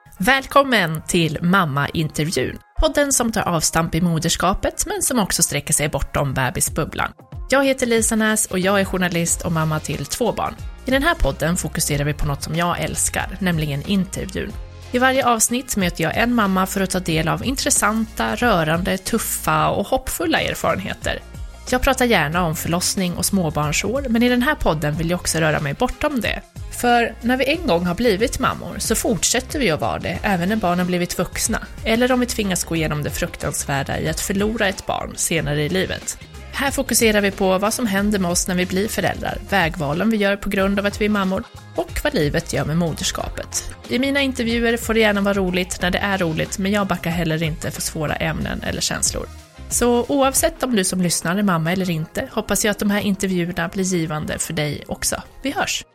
Välkommen till Mamma-intervjun, podden som tar avstamp i moderskapet men som också sträcker sig bortom bebisbubblan. Jag heter Lisa Näs och jag är journalist och mamma till 2 barn. I den här podden fokuserar vi på något som jag älskar, nämligen intervjun. I varje avsnitt möter jag en mamma för att ta del av intressanta, rörande, tuffa och hoppfulla erfarenheter. Jag pratar gärna om förlossning och småbarnsår, men i den här podden vill jag också röra mig bortom det. För när vi en gång har blivit mammor så fortsätter vi att vara det även när barnen blivit vuxna, eller om vi tvingas gå igenom det fruktansvärda i att förlora ett barn senare i livet. Här fokuserar vi på vad som händer med oss när vi blir föräldrar, vägvalen vi gör på grund av att vi är mammor och vad livet gör med moderskapet. I mina intervjuer får det gärna vara roligt när det är roligt, men jag backar heller inte för svåra ämnen eller känslor. Så oavsett om du som lyssnar är mamma eller inte, hoppas jag att de här intervjuerna blir givande för dig också. Vi hörs!